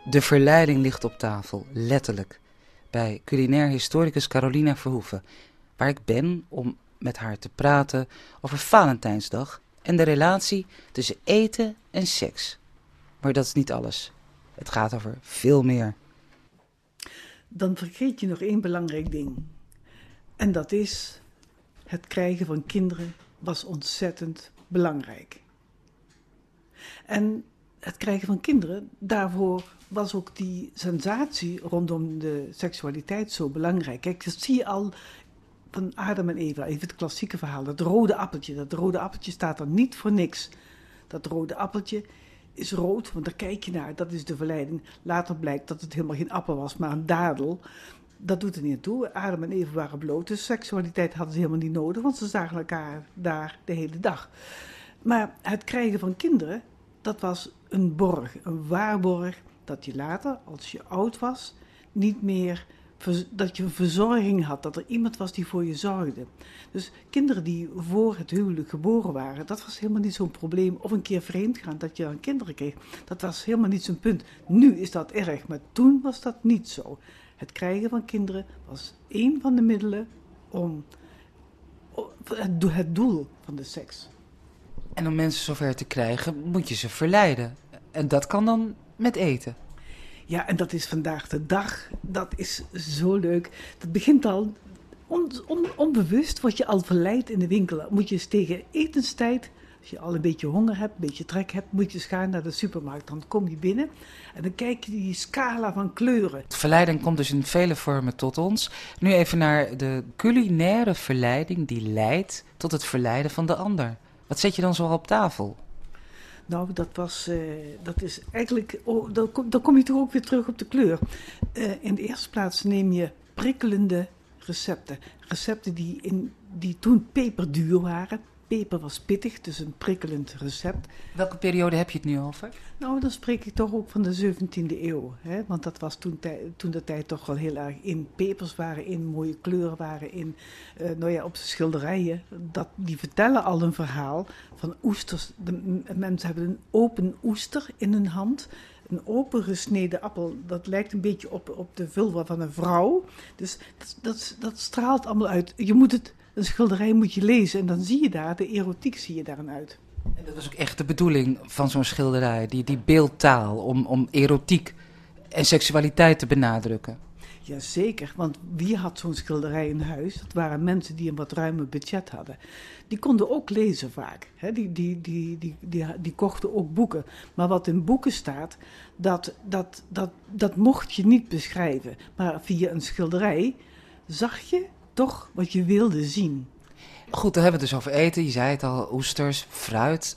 De verleiding ligt op tafel, letterlijk, bij culinair historicus Carolina Verhoeven, waar ik ben om met haar te praten over Valentijnsdag en de relatie tussen eten en seks. Maar dat is niet alles. Het gaat over veel meer. Dan vergeet je nog één belangrijk ding. En dat is, het krijgen van kinderen was ontzettend belangrijk. En het krijgen van kinderen, daarvoor was ook die sensatie rondom de seksualiteit zo belangrijk. Kijk, dat zie je al van Adam en Eva, even het klassieke verhaal. Dat rode appeltje staat er niet voor niks. Dat rode appeltje is rood, want daar kijk je naar, dat is de verleiding. Later blijkt dat het helemaal geen appel was, maar een dadel. Dat doet er niet toe. Adam en Eva waren bloot, dus seksualiteit hadden ze helemaal niet nodig, want ze zagen elkaar daar de hele dag. Maar het krijgen van kinderen, dat was een borg, een waarborg, dat je later, als je oud was, niet meer, dat je een verzorging had, dat er iemand was die voor je zorgde. Dus kinderen die voor het huwelijk geboren waren, dat was helemaal niet zo'n probleem. Of een keer vreemd gaan, dat je dan kinderen kreeg, dat was helemaal niet zo'n punt. Nu is dat erg, maar toen was dat niet zo. Het krijgen van kinderen was één van de middelen om het doel van de seks. En om mensen zover te krijgen, moet je ze verleiden. En dat kan dan met eten. Ja, en dat is vandaag de dag. Dat is zo leuk. Dat begint al onbewust, word je al verleid in de winkel. Moet je eens tegen etenstijd, als je al een beetje honger hebt, een beetje trek hebt, moet je eens gaan naar de supermarkt. Dan kom je binnen en dan kijk je die scala van kleuren. Verleiding komt dus in vele vormen tot ons. Nu even naar de culinaire verleiding die leidt tot het verleiden van de ander. Wat zet je dan zo op tafel? Nou, dat is eigenlijk, dan kom je toch ook weer terug op de kleur. In de eerste plaats neem je prikkelende recepten. Recepten die toen peperduur waren. Peper was pittig, dus een prikkelend recept. Welke periode heb je het nu over? Nou, dan spreek ik toch ook van de 17e eeuw. Hè? Want dat was toen de tijd toch wel heel erg in. Pepers waren in, mooie kleuren waren in. Op de schilderijen, die vertellen al een verhaal van oesters. De mensen hebben een open oester in hun hand. Een open gesneden appel, dat lijkt een beetje op de vulva van een vrouw. Dus dat straalt allemaal uit. Een schilderij moet je lezen en dan zie je daar, de erotiek zie je daarin uit. En dat was ook echt de bedoeling van zo'n schilderij, die beeldtaal, om erotiek en seksualiteit te benadrukken. Jazeker, want wie had zo'n schilderij in huis? Dat waren mensen die een wat ruimer budget hadden. Die konden ook lezen vaak. Hè? Die kochten ook boeken. Maar wat in boeken staat, dat mocht je niet beschrijven. Maar via een schilderij zag je toch wat je wilde zien. Goed, dan hebben we het dus over eten. Je zei het al, oesters, fruit,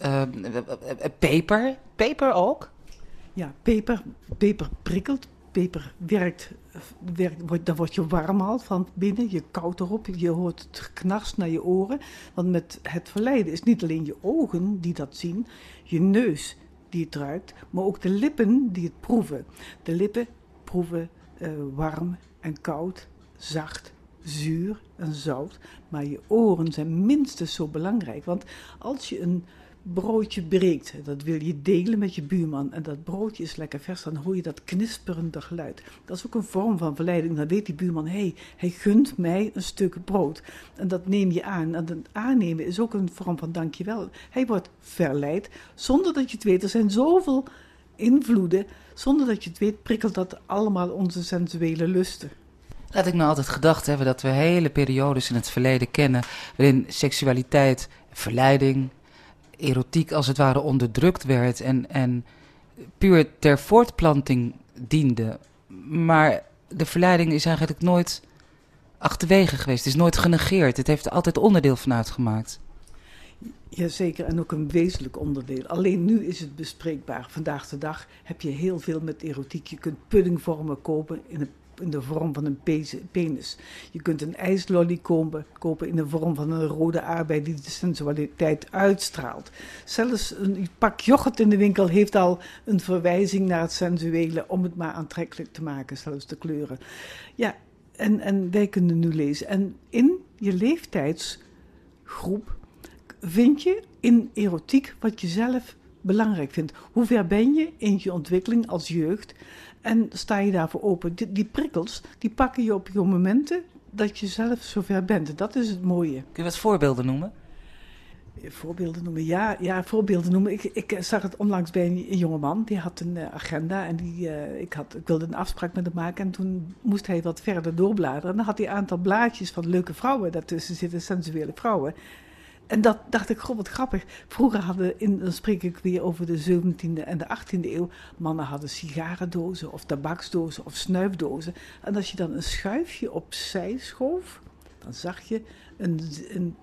peper. Peper ook? Ja, peper prikkelt. Peper werkt, dan word je warm al van binnen. Je koudt erop, je hoort het geknars naar je oren. Want met het verleiden is niet alleen je ogen die dat zien, je neus die het ruikt, maar ook de lippen die het proeven. De lippen proeven warm en koud, zacht, zuur en zout. Maar je oren zijn minstens zo belangrijk. Want als je een broodje breekt, dat wil je delen met je buurman en dat broodje is lekker vers, dan hoor je dat knisperende geluid. Dat is ook een vorm van verleiding. Dan weet die buurman, hij gunt mij een stuk brood. En dat neem je aan. En het aannemen is ook een vorm van dankjewel. Hij wordt verleid, zonder dat je het weet. Er zijn zoveel invloeden, zonder dat je het weet, prikkelt dat allemaal onze sensuele lusten. Laat ik nou altijd gedacht hebben dat we hele periodes in het verleden kennen, waarin seksualiteit, verleiding, erotiek als het ware onderdrukt werd en puur ter voortplanting diende. Maar de verleiding is eigenlijk nooit achterwege geweest. Het is nooit genegeerd. Het heeft er altijd onderdeel van uitgemaakt. Jazeker, en ook een wezenlijk onderdeel. Alleen nu is het bespreekbaar. Vandaag de dag heb je heel veel met erotiek. Je kunt puddingvormen kopen in de vorm van een penis. Je kunt een ijslolly kopen in de vorm van een rode aardbei die de sensualiteit uitstraalt. Zelfs een pak yoghurt in de winkel heeft al een verwijzing naar het sensuele om het maar aantrekkelijk te maken, zelfs de kleuren. Ja, en wij kunnen nu lezen. En in je leeftijdsgroep vind je in erotiek wat je zelf belangrijk vindt. Hoe ver ben je in je ontwikkeling als jeugd en sta je daarvoor open? Die prikkels, die pakken je op je momenten dat je zelf zover bent. En dat is het mooie. Kun je wat voorbeelden noemen? Voorbeelden noemen, ja, voorbeelden noemen. Ik zag het onlangs bij een jongeman, die had een agenda en ik wilde een afspraak met hem maken en toen moest hij wat verder doorbladeren. En dan had hij een aantal blaadjes van leuke vrouwen daartussen zitten, sensuele vrouwen. En dat dacht ik, god wat grappig. Vroeger dan spreek ik weer over de 17e en de 18e eeuw, mannen hadden sigarendozen of tabaksdozen of snuifdozen. En als je dan een schuifje opzij schoof, dan zag je een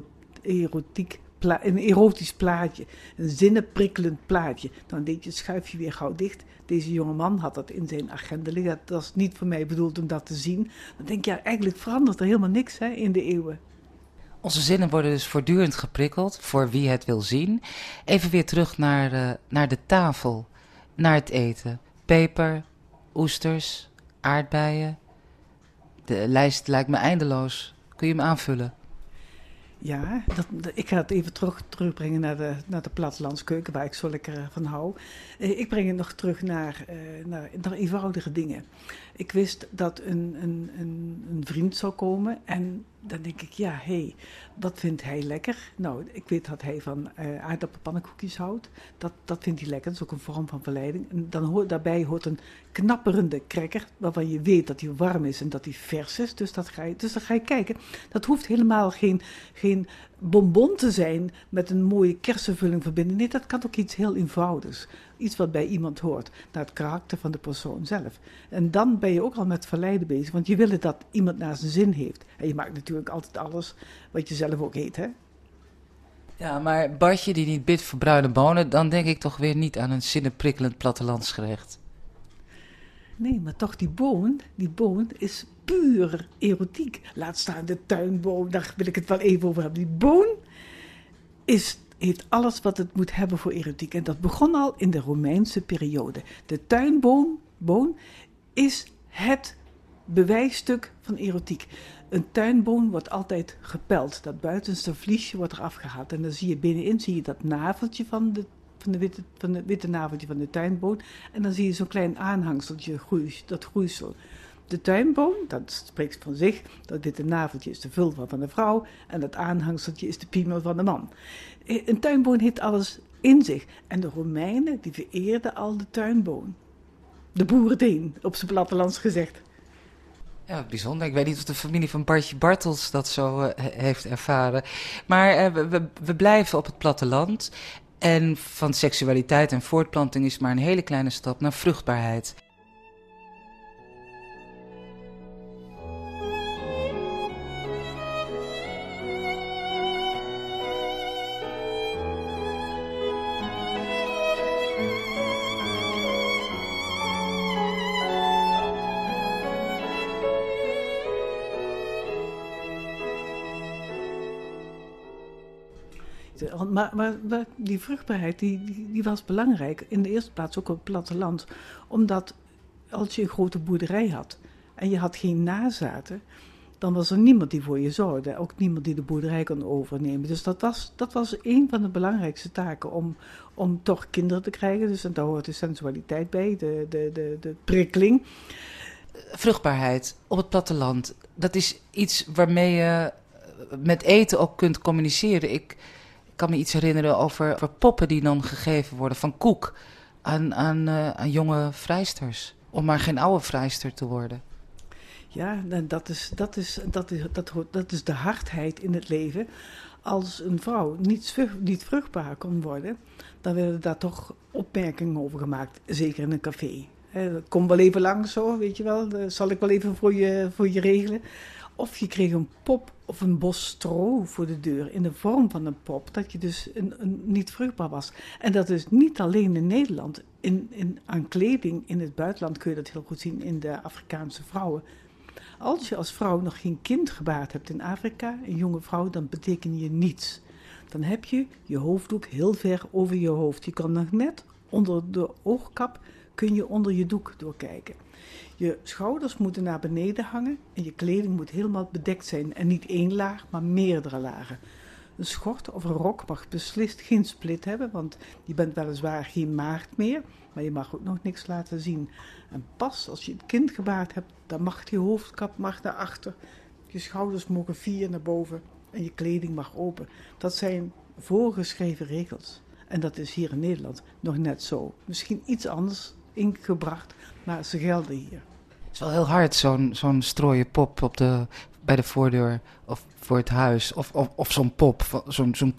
erotisch plaatje, een zinnenprikkelend plaatje. Dan deed je het schuifje weer gauw dicht. Deze jonge man had dat in zijn agenda liggen. Dat was niet voor mij bedoeld om dat te zien. Dan denk je, ja, eigenlijk verandert er helemaal niks in de eeuwen. Onze zinnen worden dus voortdurend geprikkeld, voor wie het wil zien. Even weer terug naar de tafel, naar het eten. Peper, oesters, aardbeien. De lijst lijkt me eindeloos. Kun je hem aanvullen? Ja, ik ga het even terugbrengen naar de plattelandskeuken, waar ik zo lekker van hou. Ik breng het nog terug naar eenvoudige dingen. Ik wist dat een vriend zou komen en dan denk ik, ja, wat vindt hij lekker? Nou, ik weet dat hij van aardappelpannenkoekjes houdt. Dat vindt hij lekker, dat is ook een vorm van verleiding. En daarbij hoort een knapperende cracker, waarvan je weet dat hij warm is en dat hij vers is. Dus dan ga je kijken. Dat hoeft helemaal geen bonbon te zijn met een mooie kersenvulling verbinden. Nee, dat kan ook iets heel eenvoudigs. Iets wat bij iemand hoort, naar het karakter van de persoon zelf. En dan ben je ook al met verleiden bezig, want je wil dat iemand naar zijn zin heeft. En je maakt natuurlijk altijd alles wat je zelf ook eet, hè? Ja, maar Bartje die niet bidt voor bruine bonen, dan denk ik toch weer niet aan een zinnenprikkelend plattelandsgerecht. Nee, maar toch die boon is puur erotiek. Laat staan de tuinboom, daar wil ik het wel even over hebben. Die boon heeft alles wat het moet hebben voor erotiek. En dat begon al in de Romeinse periode. De tuinboon is het bewijsstuk van erotiek. Een tuinboon wordt altijd gepeld. Dat buitenste vliesje wordt eraf gehaald. En dan zie je binnenin dat naveltje van het witte naveltje van de tuinboon. En dan zie je zo'n klein aanhangseltje, dat groeisel. De tuinboom, dat spreekt van zich, dat witte naveltje is de vulva van de vrouw en dat aanhangseltje is de piemel van de man. Een tuinboon heeft alles in zich. En de Romeinen, die vereerden al de tuinboon. De boerenteen, op zijn plattelands gezegd. Ja, bijzonder. Ik weet niet of de familie van Bartje Bartels dat zo heeft ervaren. Maar we blijven op het platteland. En van seksualiteit en voortplanting is maar een hele kleine stap naar vruchtbaarheid. Maar die vruchtbaarheid die was belangrijk. In de eerste plaats ook op het platteland. Omdat als je een grote boerderij had en je had geen nazaten, dan was er niemand die voor je zorgde. Ook niemand die de boerderij kon overnemen. Dus dat was een van de belangrijkste taken om toch kinderen te krijgen. Dus en daar hoort de sensualiteit bij, de prikkeling. Vruchtbaarheid op het platteland, dat is iets waarmee je met eten ook kunt communiceren. Ik kan me iets herinneren over poppen die dan gegeven worden van koek aan jonge vrijsters. Om maar geen oude vrijster te worden. Ja, dat is de hardheid in het leven. Als een vrouw niet vruchtbaar kon worden, dan werden daar toch opmerkingen over gemaakt. Zeker in een café. Kom wel even langs zo, weet je wel. Dat zal ik wel even voor je regelen. Of je kreeg een pop of een bos stro voor de deur in de vorm van een pop, dat je dus niet vruchtbaar was. En dat is niet alleen in Nederland. Aan kleding in het buitenland kun je dat heel goed zien in de Afrikaanse vrouwen. Als je als vrouw nog geen kind gebaard hebt in Afrika, een jonge vrouw, dan betekent je niets. Dan heb je je hoofddoek heel ver over je hoofd. Je kan nog net onder de oogkap, kun je onder je doek doorkijken. Je schouders moeten naar beneden hangen en je kleding moet helemaal bedekt zijn. En niet één laag, maar meerdere lagen. Een schort of een rok mag beslist geen split hebben, want je bent weliswaar geen maagd meer, maar je mag ook nog niks laten zien. En pas als je het kind gebaard hebt, dan mag je hoofdkap mag naar achter, je schouders mogen 4 naar boven en je kleding mag open. Dat zijn voorgeschreven regels. En dat is hier in Nederland nog net zo. Misschien iets anders ingebracht, maar ze gelden hier. Het is wel heel hard, zo'n strooien pop bij de voordeur of voor het huis. Of zo'n pop, zo'n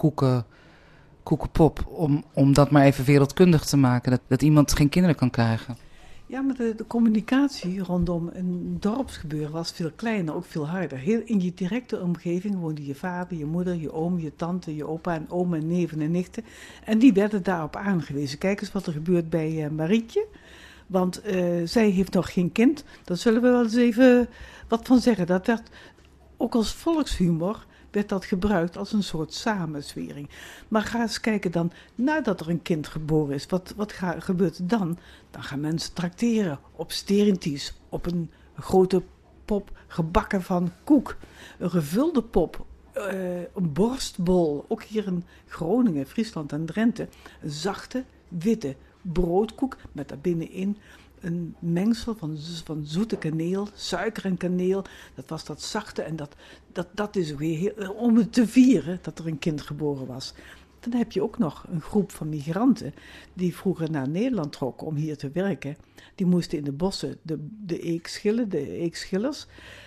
koekenpop. Om dat maar even wereldkundig te maken. Dat iemand geen kinderen kan krijgen. Ja, maar de communicatie rondom een dorpsgebeuren was veel kleiner, ook veel harder. Heel in je directe omgeving woonden je vader, je moeder, je oom, je tante, je opa en oma en neven en nichten. En die werden daarop aangewezen. Kijk eens wat er gebeurt bij Marietje. Want zij heeft nog geen kind. Daar zullen we wel eens even wat van zeggen. Dat werd ook als volkshumor werd dat gebruikt als een soort samenzwering. Maar ga eens kijken dan, nadat er een kind geboren is, wat gebeurt er dan? Dan gaan mensen trakteren op sterenties, op een grote pop gebakken van koek. Een gevulde pop, een borstbol, ook hier in Groningen, Friesland en Drenthe. Een zachte, witte broodkoek met daarbinnenin een mengsel van zoete kaneel, suiker en kaneel. Dat was dat zachte en dat is weer heel, om het te vieren dat er een kind geboren was. Dan heb je ook nog een groep van migranten die vroeger naar Nederland trokken om hier te werken. Die moesten in de bossen de eekschillers.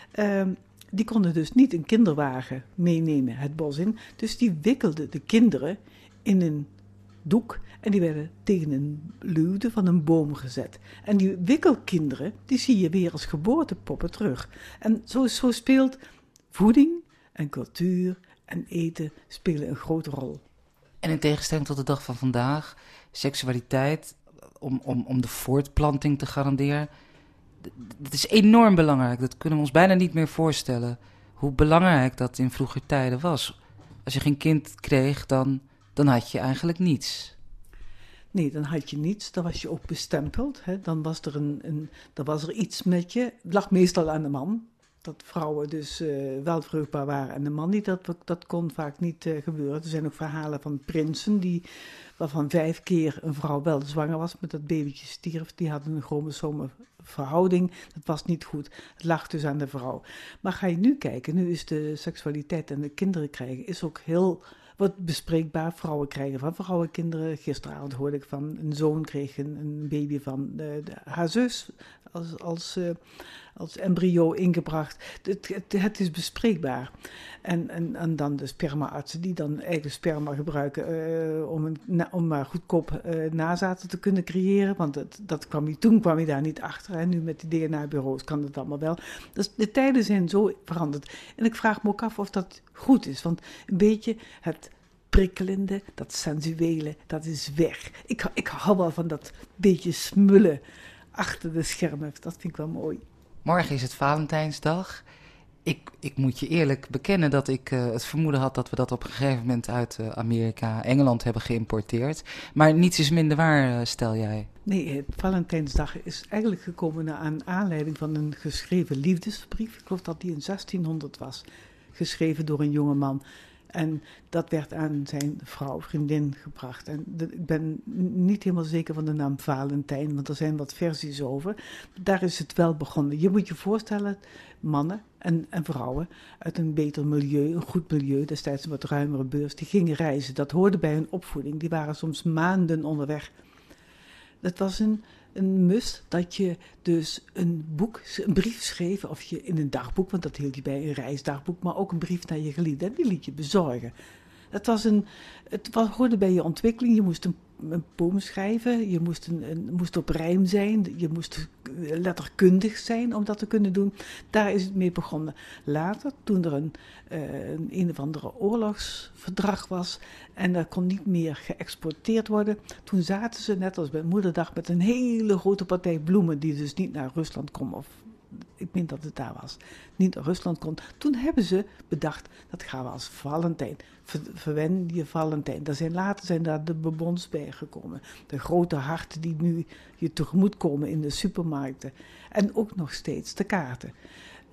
Die konden dus niet een kinderwagen meenemen het bos in. Dus die wikkelden de kinderen in een doek en die werden tegen een luwte van een boom gezet. En die wikkelkinderen, die zie je weer als geboortepoppen terug. En zo speelt voeding en cultuur en eten spelen een grote rol. En in tegenstelling tot de dag van vandaag, seksualiteit, om de voortplanting te garanderen, dat is enorm belangrijk. Dat kunnen we ons bijna niet meer voorstellen. Hoe belangrijk dat in vroeger tijden was. Als je geen kind kreeg, dan had je eigenlijk niets. Nee, dan had je niets. Dan was je ook bestempeld. Hè. Dan was er dan was er iets met je. Het lag meestal aan de man. Dat vrouwen dus wel vruchtbaar waren en de man niet. Dat kon vaak niet gebeuren. Er zijn ook verhalen van prinsen waarvan 5 keer een vrouw wel zwanger was, met dat babytje stierf. Die hadden een chromosome verhouding. Dat was niet goed. Het lag dus aan de vrouw. Maar ga je nu kijken, nu is de seksualiteit en de kinderen krijgen is ook heel wat bespreekbaar. Vrouwen krijgen van vrouwen kinderen. Gisteravond hoorde ik van een zoon kreeg een baby van haar zus als embryo ingebracht. Het is bespreekbaar. En dan de spermaartsen die dan eigen sperma gebruiken om maar goedkoop nazaten te kunnen creëren. Want toen kwam je daar niet achter. Hè. Nu met die DNA-bureaus kan het allemaal wel. Dus de tijden zijn zo veranderd. En ik vraag me ook af of dat goed is. Want een beetje het prikkelende, dat sensuele, dat is weg. Ik hou wel van dat beetje smullen achter de schermen. Dat vind ik wel mooi. Morgen is het Valentijnsdag. Ik moet je eerlijk bekennen dat ik het vermoeden had dat we dat op een gegeven moment uit Amerika, Engeland hebben geïmporteerd. Maar niets is minder waar, stel jij. Nee, het Valentijnsdag is eigenlijk gekomen naar aanleiding van een geschreven liefdesbrief. Ik geloof dat die in 1600 was, geschreven door een jongeman. En dat werd aan zijn vriendin gebracht. En ik ben niet helemaal zeker van de naam Valentijn, want er zijn wat versies over. Daar is het wel begonnen. Je moet je voorstellen, mannen en vrouwen uit een beter milieu, een goed milieu, destijds een wat ruimere beurs, die gingen reizen. Dat hoorde bij hun opvoeding. Die waren soms maanden onderweg. Dat was een must dat je dus een brief schreef, of je in een dagboek, want dat hield je bij een reisdagboek, maar ook een brief naar je geliefde, en die liet je bezorgen. Het hoorde bij je ontwikkeling. Je moest een poem schrijven, je moest op rijm zijn, je moest letterkundig zijn om dat te kunnen doen. Daar is het mee begonnen. Later, toen er een of andere oorlogsverdrag was en dat kon niet meer geëxporteerd worden, toen zaten ze, net als bij Moederdag, met een hele grote partij bloemen die dus niet naar Rusland kon, of ik meen dat het daar was, niet naar Rusland kon. Toen hebben ze bedacht, dat gaan we als Valentijn. Verwen je Valentijn. Later zijn daar de bonbons bij gekomen. De grote harten die nu je tegemoet komen in de supermarkten. En ook nog steeds de kaarten.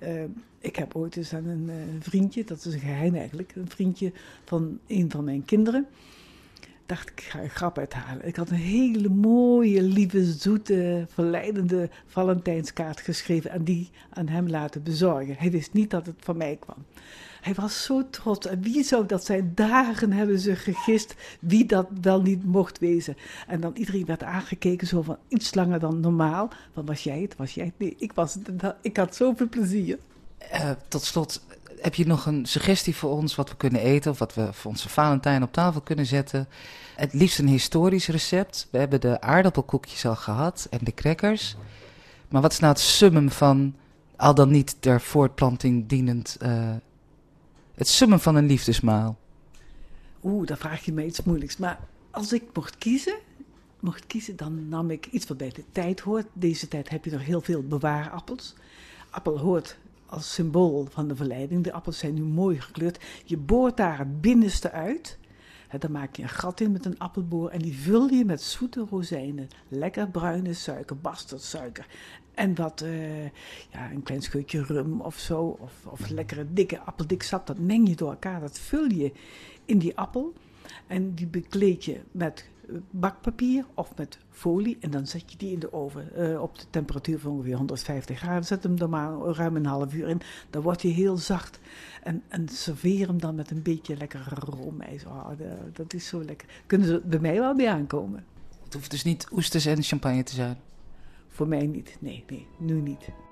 Ik heb ooit eens aan een vriendje, dat is een geheim eigenlijk, een vriendje van een van mijn kinderen, dacht ik ga een grap uithalen. Ik had een hele mooie, lieve, zoete, verleidende Valentijnskaart geschreven en die aan hem laten bezorgen. Hij wist niet dat het van mij kwam. Hij was zo trots. En wie zou dat zijn? Dagen hebben ze gegist wie dat wel niet mocht wezen. En dan iedereen werd aangekeken zo van iets langer dan normaal. Van was jij het? Was jij het? Nee, ik was het. Ik had zoveel plezier. Tot slot, heb je nog een suggestie voor ons wat we kunnen eten of wat we voor onze Valentijn op tafel kunnen zetten? Het liefst een historisch recept. We hebben de aardappelkoekjes al gehad en de crackers. Maar wat is nou het summum van, al dan niet ter voortplanting dienend, het summum van een liefdesmaal? Dan vraag je me iets moeilijks. Maar als ik mocht kiezen, dan nam ik iets wat bij de tijd hoort. Deze tijd heb je nog heel veel bewaarappels. Appel hoort als symbool van de verleiding. De appels zijn nu mooi gekleurd. Je boort daar het binnenste uit. Dan maak je een gat in met een appelboor en die vul je met zoete rozijnen. Lekker bruine suiker, bastardsuiker. En wat, een klein scheutje rum of zo. Of lekkere dikke appeldik sap. Dat meng je door elkaar. Dat vul je in die appel. En die bekleed je met bakpapier of met folie. En dan zet je die in de oven op de temperatuur van ongeveer 150 graden. Zet hem er maar ruim een half uur in. Dan wordt hij heel zacht. En serveer hem dan met een beetje lekkere roomijs. Dat is zo lekker. Kunnen ze bij mij wel bij aankomen. Het hoeft dus niet oesters en champagne te zijn. Voor mij niet. Nee, nu niet.